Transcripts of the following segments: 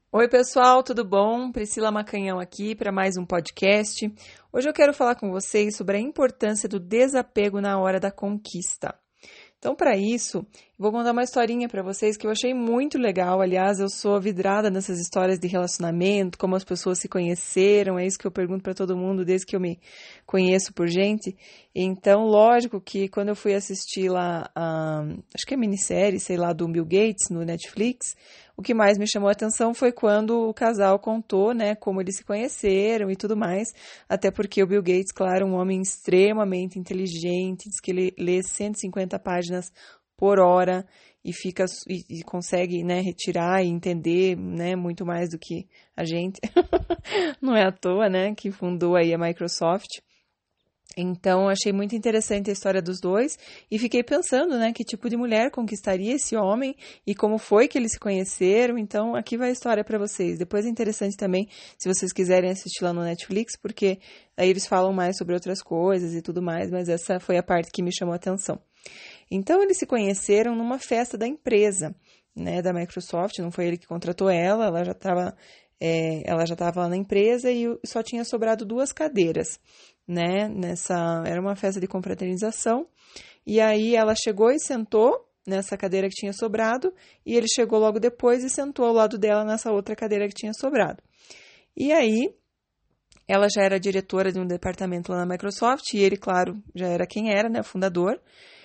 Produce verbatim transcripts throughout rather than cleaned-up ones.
Oi, pessoal, tudo bom? Priscila Macanhão aqui para mais um podcast. Hoje eu quero falar com vocês sobre a importância do desapego na hora da conquista. Então, para isso, vou contar uma historinha para vocês que eu achei muito legal. Aliás, eu sou vidrada nessas histórias de relacionamento, como as pessoas se conheceram. É isso que eu pergunto para todo mundo desde que eu me conheço por gente. Então, lógico que quando eu fui assistir lá, a, acho que é minissérie, sei lá, do Bill Gates no Netflix, o que mais me chamou a atenção foi quando o casal contou, né, como eles se conheceram e tudo mais, até porque o Bill Gates, claro, um homem extremamente inteligente, diz que ele lê cento e cinquenta páginas por hora e fica e, e consegue, né, retirar e entender, né, muito mais do que a gente. Não é à toa, né, que fundou aí a Microsoft. Então, achei muito interessante a história dos dois e fiquei pensando, né, que tipo de mulher conquistaria esse homem e como foi que eles se conheceram. Então, aqui vai a história para vocês. Depois é interessante também, se vocês quiserem assistir lá no Netflix, porque aí eles falam mais sobre outras coisas e tudo mais, mas essa foi a parte que me chamou a atenção. Então, eles se conheceram numa festa da empresa, né, da Microsoft. Não foi ele que contratou ela, ela já estava é, ela já estava lá na empresa e só tinha sobrado duas cadeiras. Né, nessa, era uma festa de confraternização, e aí ela chegou e sentou nessa cadeira que tinha sobrado, e ele chegou logo depois e sentou ao lado dela nessa outra cadeira que tinha sobrado. E aí, ela já era diretora de um departamento lá na Microsoft, e ele, claro, já era quem era, né, fundador.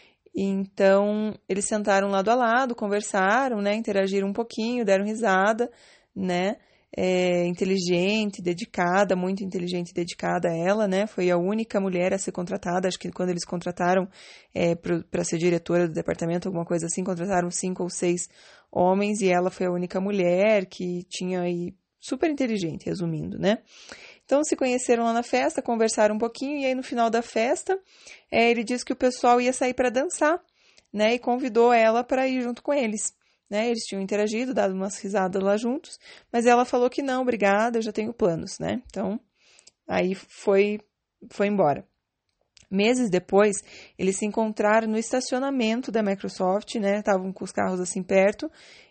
Então, eles sentaram lado a lado, conversaram, né, interagiram um pouquinho, deram risada, né, É, inteligente, dedicada, muito inteligente e dedicada a ela, né? Foi a única mulher a ser contratada. Acho que quando eles contrataram é, para ser diretora do departamento, alguma coisa assim, contrataram cinco ou seis homens e ela foi a única mulher que tinha aí super inteligente, resumindo, né? Então se conheceram lá na festa, conversaram um pouquinho e aí no final da festa é, ele disse que o pessoal ia sair para dançar, né? E convidou ela para ir junto com eles. Né, eles tinham interagido, dado umas risadas lá juntos, mas ela falou que não, obrigada, eu já tenho planos, né? Então, aí foi, foi embora. Meses depois, eles se encontraram no estacionamento da Microsoft, né? Estavam com os carros assim perto,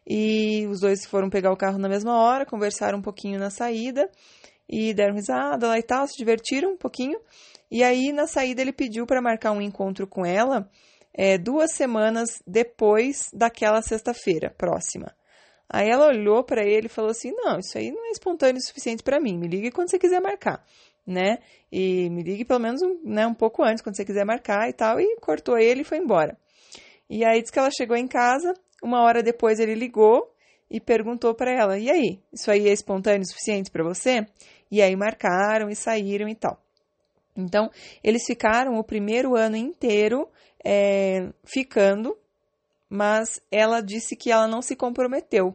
e os dois foram pegar o carro na mesma hora, conversaram um pouquinho na saída, e deram risada lá e tal, se divertiram um pouquinho, e aí na saída ele pediu para marcar um encontro com ela, É, duas semanas depois daquela sexta-feira próxima. Aí ela olhou para ele e falou assim, não, isso aí não é espontâneo o suficiente para mim, me ligue quando você quiser marcar, né? E me ligue pelo menos um, né, um pouco antes, quando você quiser marcar e tal, e cortou ele e foi embora. E aí diz que ela chegou em casa, uma hora depois ele ligou e perguntou para ela, e aí, isso aí é espontâneo o suficiente para você? E aí marcaram e saíram e tal. Então, eles ficaram o primeiro ano inteiro é, ficando, mas ela disse que ela não se comprometeu,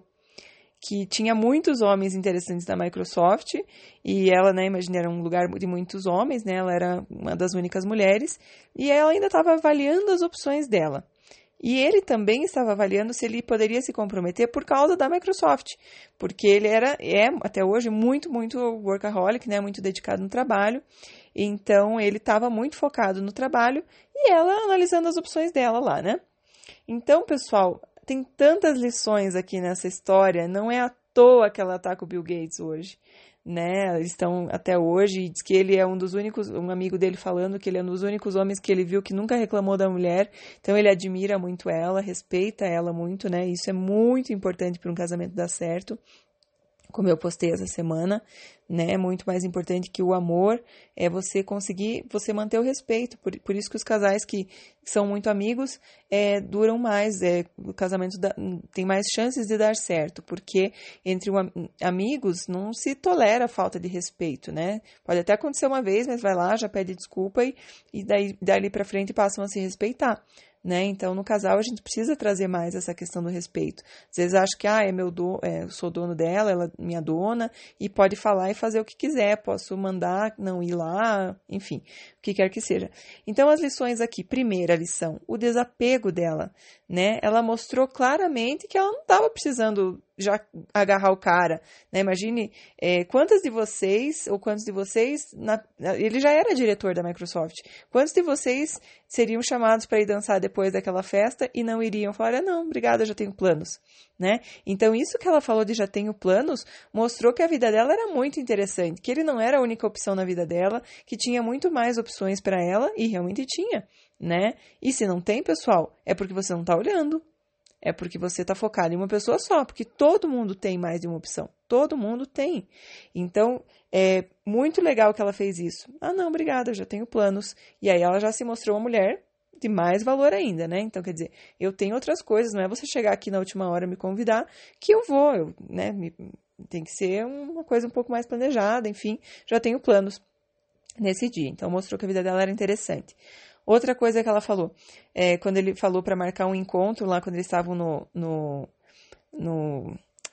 que tinha muitos homens interessantes da Microsoft, e ela, né, imagina, era um lugar de muitos homens, né, ela era uma das únicas mulheres, e ela ainda estava avaliando as opções dela. E ele também estava avaliando se ele poderia se comprometer por causa da Microsoft, porque ele era, é até hoje, muito, muito workaholic, né, muito dedicado no trabalho, então ele estava muito focado no trabalho e ela analisando as opções dela lá, né? Então, pessoal, tem tantas lições aqui nessa história, não é à toa que ela está com o Bill Gates hoje, né? Eles estão até hoje, e diz que ele é um dos únicos, um amigo dele falando que ele é um dos únicos homens que ele viu que nunca reclamou da mulher, então ele admira muito ela, respeita ela muito, né? Isso é muito importante para um casamento dar certo. Como eu postei essa semana, né, muito mais importante que o amor é você conseguir, você manter o respeito, por, por isso que os casais que são muito amigos é, duram mais, é, o casamento da, tem mais chances de dar certo, porque entre um, amigos não se tolera a falta de respeito, né, pode até acontecer uma vez, mas vai lá, já pede desculpa e, e daí, dali pra frente passam a se respeitar. Né? Então, no casal, a gente precisa trazer mais essa questão do respeito. Às vezes, acho que, ah, é meu do, é, eu sou dono dela, ela é minha dona, e pode falar e fazer o que quiser, posso mandar, não ir lá, enfim, o que quer que seja. Então, as lições aqui, primeira lição, o desapego dela, né? Ela mostrou claramente que ela não estava precisando já agarrar o cara, né? Imagine é, quantas de vocês, ou quantos de vocês, na, ele já era diretor da Microsoft, quantos de vocês seriam chamados para ir dançar depois daquela festa e não iriam falar, ah, não, obrigada, eu já tenho planos, né? Então, isso que ela falou de já tenho planos, mostrou que a vida dela era muito interessante, que ele não era a única opção na vida dela, que tinha muito mais opções para ela, e realmente tinha, né? E se não tem, pessoal, é porque você não está olhando. É porque você está focado em uma pessoa só, porque todo mundo tem mais de uma opção. Todo mundo tem. Então, é muito legal que ela fez isso. Ah, não, obrigada, eu já tenho planos. E aí ela já se mostrou uma mulher de mais valor ainda, né? Então, quer dizer, eu tenho outras coisas, não é você chegar aqui na última hora e me convidar que eu vou, eu, né? Me, tem que ser uma coisa um pouco mais planejada, enfim, já tenho planos nesse dia. Então, mostrou que a vida dela era interessante. Outra coisa que ela falou, é, quando ele falou para marcar um encontro lá, quando eles estavam no, no, no,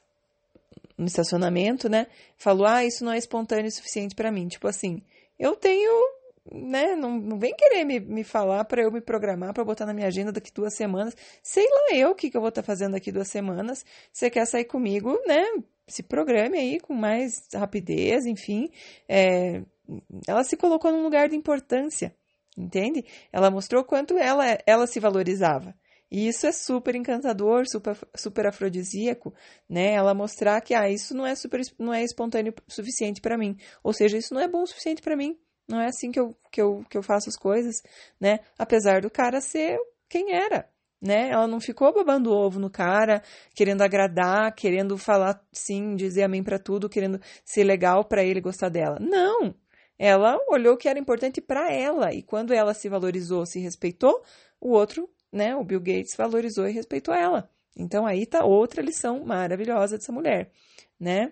no estacionamento, né? Falou, ah, isso não é espontâneo o suficiente para mim. Tipo assim, eu tenho, né? Não, não vem querer me, me falar para eu me programar, para botar na minha agenda daqui duas semanas. Sei lá eu o que, que eu vou estar tá fazendo daqui duas semanas. Você quer sair comigo, né? Se programe aí com mais rapidez, enfim. É, ela se colocou num lugar de importância. Entende? Ela mostrou quanto ela, ela se valorizava. E isso é super encantador, super, super afrodisíaco, né? Ela mostrar que, ah, isso não é, super, não é espontâneo o suficiente para mim. Ou seja, isso não é bom o suficiente para mim. Não é assim que eu, que, eu, que eu faço as coisas, né? Apesar do cara ser quem era, né? Ela não ficou babando ovo no cara, querendo agradar, querendo falar sim, dizer amém para tudo, querendo ser legal para ele gostar dela. Não! Ela olhou o que era importante para ela, e quando ela se valorizou, se respeitou, o outro, né, o Bill Gates, valorizou e respeitou ela. Então, aí tá outra lição maravilhosa dessa mulher, né?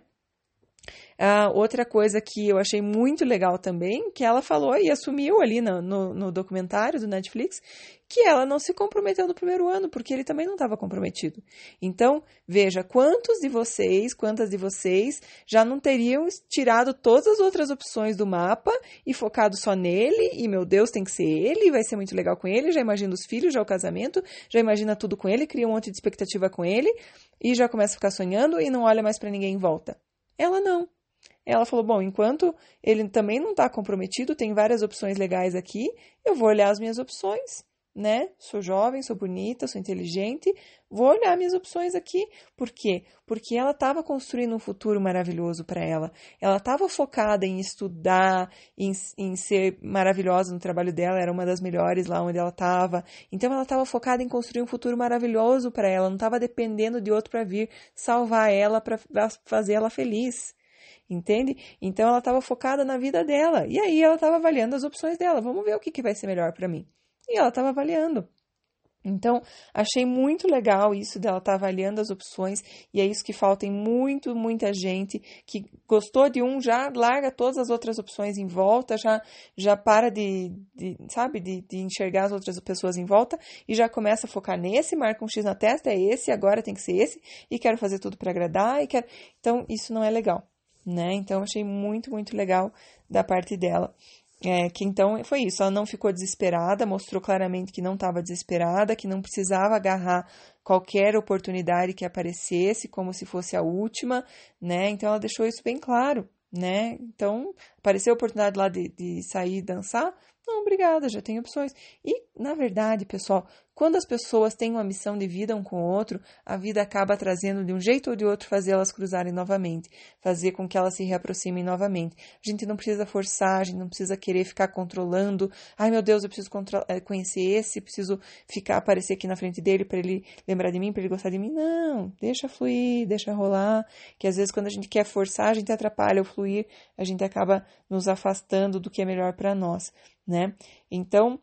Ah, outra coisa que eu achei muito legal também, que ela falou e assumiu ali no, no, no documentário do Netflix, que ela não se comprometeu no primeiro ano, porque ele também não estava comprometido. Então, veja, quantos de vocês, quantas de vocês já não teriam tirado todas as outras opções do mapa e focado só nele, e meu Deus, tem que ser ele, vai ser muito legal com ele, já imagina os filhos, já o casamento, já imagina tudo com ele, cria um monte de expectativa com ele, e já começa a ficar sonhando e não olha mais para ninguém em volta. Ela não. Ela falou, bom, enquanto ele também não está comprometido, tem várias opções legais aqui, eu vou olhar as minhas opções, né? Sou jovem, sou bonita, sou inteligente, vou olhar minhas opções aqui. Por quê? Porque ela estava construindo um futuro maravilhoso para ela. Ela estava focada em estudar, em, em ser maravilhosa no trabalho dela, era uma das melhores lá onde ela estava. Então, ela estava focada em construir um futuro maravilhoso para ela, não estava dependendo de outro para vir salvar ela, para fazer ela feliz. Entende? Então, ela estava focada na vida dela. E aí, ela estava avaliando as opções dela. Vamos ver o que, que vai ser melhor para mim. E ela estava avaliando. Então, achei muito legal isso dela estar avaliando as opções. E é isso que falta em muito, muita gente que gostou de um, já larga todas as outras opções em volta, já, já para de, de sabe, de, de enxergar as outras pessoas em volta e já começa a focar nesse, marca um X na testa, é esse, agora tem que ser esse, e quero fazer tudo para agradar. E quero... Então, isso não é legal. Né? Então, achei muito, muito legal da parte dela. É, que então foi isso, ela não ficou desesperada, mostrou claramente que não estava desesperada, que não precisava agarrar qualquer oportunidade que aparecesse, como se fosse a última, né? Então, ela deixou isso bem claro, né? Então, apareceu a oportunidade lá de, de sair e dançar? Não, obrigada, já tem opções. E, na verdade, pessoal, quando as pessoas têm uma missão de vida um com o outro, a vida acaba trazendo de um jeito ou de outro fazer elas cruzarem novamente, fazer com que elas se reaproximem novamente. A gente não precisa forçar, a gente não precisa querer ficar controlando. Ai, meu Deus, eu preciso conhecer esse, preciso ficar, aparecer aqui na frente dele para ele lembrar de mim, para ele gostar de mim. Não, deixa fluir, deixa rolar, que às vezes quando a gente quer forçar, a gente atrapalha o fluir, a gente acaba nos afastando do que é melhor para nós, né? Então,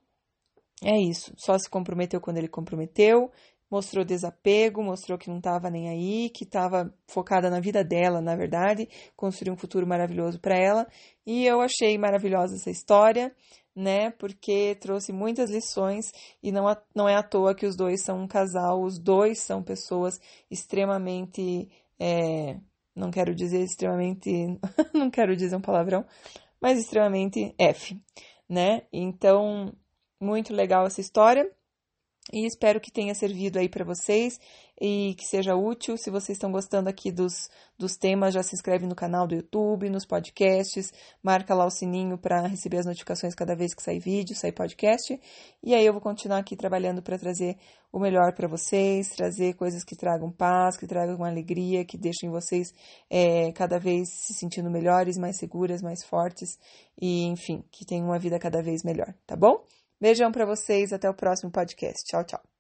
é isso, só se comprometeu quando ele comprometeu, mostrou desapego, mostrou que não estava nem aí, que estava focada na vida dela, na verdade, construir um futuro maravilhoso para ela, e eu achei maravilhosa essa história, né, porque trouxe muitas lições, e não, não é à toa que os dois são um casal, os dois são pessoas extremamente, é, não quero dizer extremamente, não quero dizer um palavrão, mas extremamente F, né, então... Muito legal essa história. E espero que tenha servido aí para vocês e que seja útil. Se vocês estão gostando aqui dos, dos temas, já se inscreve no canal do YouTube, nos podcasts, marca lá o sininho para receber as notificações cada vez que sair vídeo, sair podcast. E aí eu vou continuar aqui trabalhando para trazer o melhor para vocês, trazer coisas que tragam paz, que tragam alegria, que deixem vocês é, cada vez se sentindo melhores, mais seguras, mais fortes e, enfim, que tenham uma vida cada vez melhor, tá bom? Beijão para vocês, até o próximo podcast. Tchau, tchau.